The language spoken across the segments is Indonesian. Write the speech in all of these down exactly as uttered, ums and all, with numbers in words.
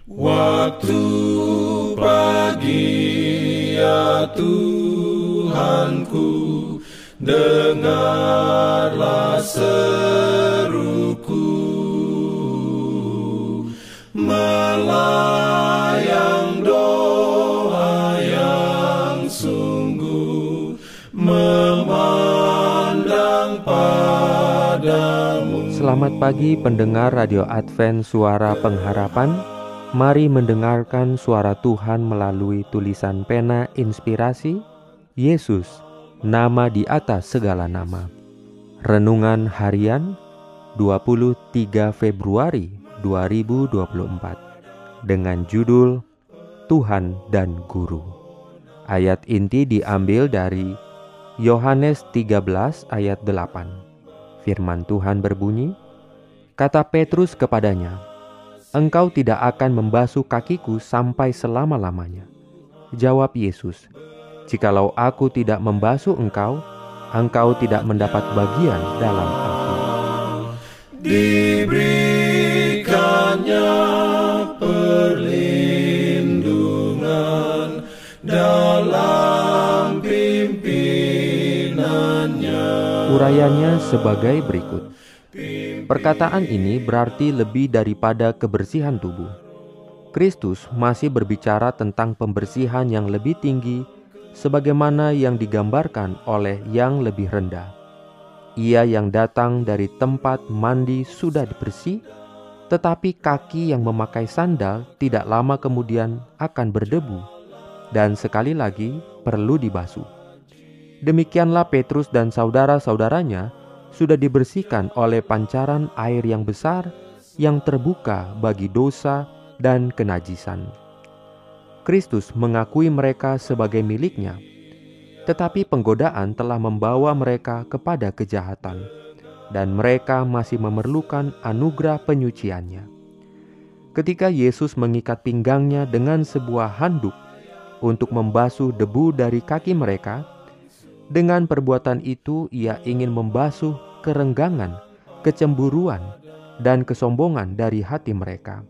Waktu pagi ya Tuhanku, dengarlah seruku, melayang doa yang sungguh, memandang padamu. Selamat pagi pendengar Radio Advent Suara Pengharapan. Mari mendengarkan suara Tuhan melalui tulisan pena inspirasi Yesus, nama di atas segala nama. Renungan harian dua puluh tiga Februari dua ribu dua puluh empat dengan judul Tuhan dan Guru. Ayat inti diambil dari Yohanes tiga belas ayat delapan. Firman Tuhan berbunyi, kata Petrus kepadanya, "Engkau tidak akan membasuh kakiku sampai selama-lamanya." Jawab Yesus, "Jikalau aku tidak membasuh engkau, engkau tidak mendapat bagian dalam aku." Diberikannya perlindungan dalam pimpinannya. Urayanya sebagai berikut. Perkataan ini berarti lebih daripada kebersihan tubuh. Kristus masih berbicara tentang pembersihan yang lebih tinggi, sebagaimana yang digambarkan oleh yang lebih rendah. Ia yang datang dari tempat mandi sudah bersih, tetapi kaki yang memakai sandal tidak lama kemudian akan berdebu, dan sekali lagi perlu dibasuh. Demikianlah Petrus dan saudara-saudaranya sudah dibersihkan oleh pancaran air yang besar yang terbuka bagi dosa dan kenajisan. Kristus mengakui mereka sebagai miliknya, tetapi penggodaan telah membawa mereka kepada kejahatan, dan mereka masih memerlukan anugerah penyuciannya. Ketika Yesus mengikat pinggangnya dengan sebuah handuk untuk membasuh debu dari kaki mereka, dengan perbuatan itu ia ingin membasuh kerenggangan, kecemburuan, dan kesombongan dari hati mereka.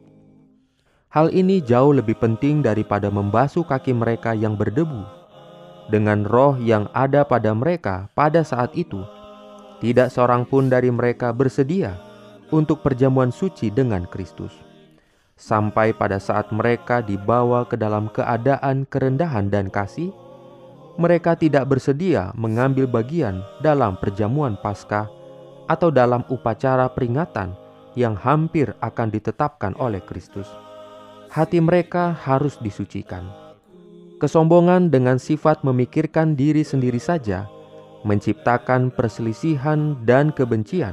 Hal ini jauh lebih penting daripada membasuh kaki mereka yang berdebu. Dengan roh yang ada pada mereka pada saat itu, tidak seorang pun dari mereka bersedia untuk perjamuan suci dengan Kristus. Sampai pada saat mereka dibawa ke dalam keadaan kerendahan dan kasih, mereka tidak bersedia mengambil bagian dalam perjamuan Paskah atau dalam upacara peringatan yang hampir akan ditetapkan oleh Kristus. Hati mereka harus disucikan. Kesombongan dengan sifat memikirkan diri sendiri saja menciptakan perselisihan dan kebencian.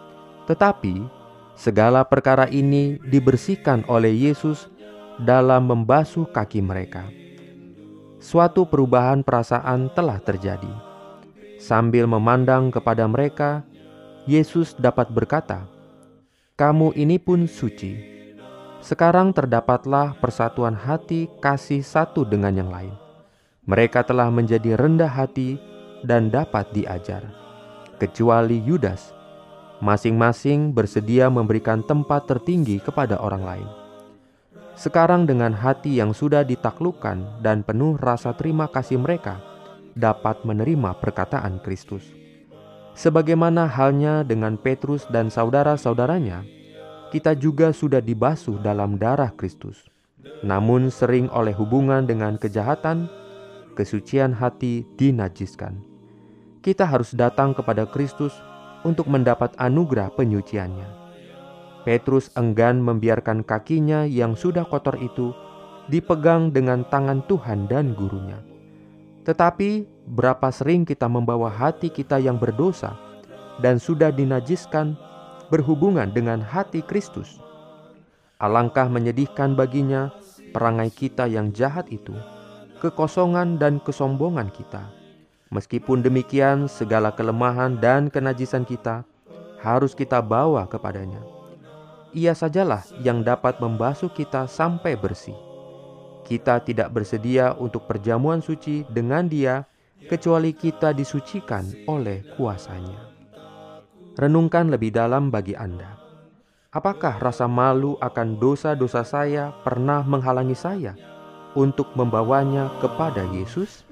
Tetapi segala perkara ini dibersihkan oleh Yesus dalam membasuh kaki mereka. Suatu perubahan perasaan telah terjadi. Sambil memandang kepada mereka, Yesus dapat berkata, "Kamu ini pun suci." Sekarang terdapatlah persatuan hati kasih satu dengan yang lain. Mereka telah menjadi rendah hati dan dapat diajar. Kecuali Yudas, masing-masing bersedia memberikan tempat tertinggi kepada orang lain. Sekarang dengan hati yang sudah ditaklukkan dan penuh rasa terima kasih mereka dapat menerima perkataan Kristus. Sebagaimana halnya dengan Petrus dan saudara-saudaranya, kita juga sudah dibasuh dalam darah Kristus. Namun sering oleh hubungan dengan kejahatan, kesucian hati dinajiskan. Kita harus datang kepada Kristus untuk mendapat anugerah penyuciannya. Petrus enggan membiarkan kakinya yang sudah kotor itu dipegang dengan tangan Tuhan dan gurunya. Tetapi berapa sering kita membawa hati kita yang berdosa dan sudah dinajiskan berhubungan dengan hati Kristus. Alangkah menyedihkan baginya perangai kita yang jahat itu, kekosongan dan kesombongan kita. Meskipun demikian, segala kelemahan dan kenajisan kita harus kita bawa kepadanya. Ia sajalah yang dapat membasuh kita sampai bersih. Kita tidak bersedia untuk perjamuan suci dengan Dia kecuali kita disucikan oleh kuasa-Nya. Renungkan lebih dalam bagi Anda. Apakah rasa malu akan dosa-dosa saya pernah menghalangi saya untuk membawanya kepada Yesus?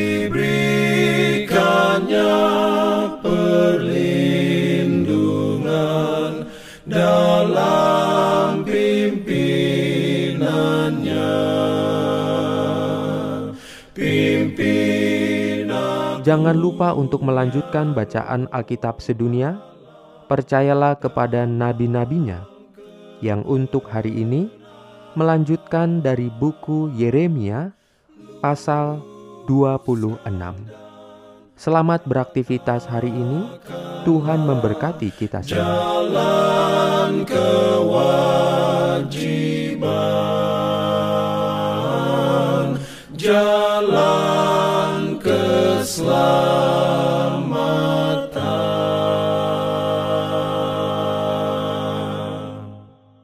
Diberikannya perlindungan dalam pimpinannya. Pimpinan. Jangan lupa untuk melanjutkan bacaan Alkitab sedunia. Percayalah kepada nabi-nabinya yang untuk hari ini melanjutkan dari buku Yeremia pasal dua puluh enam. Selamat beraktivitas hari ini. Tuhan memberkati kita semua. Jalan kewajiban.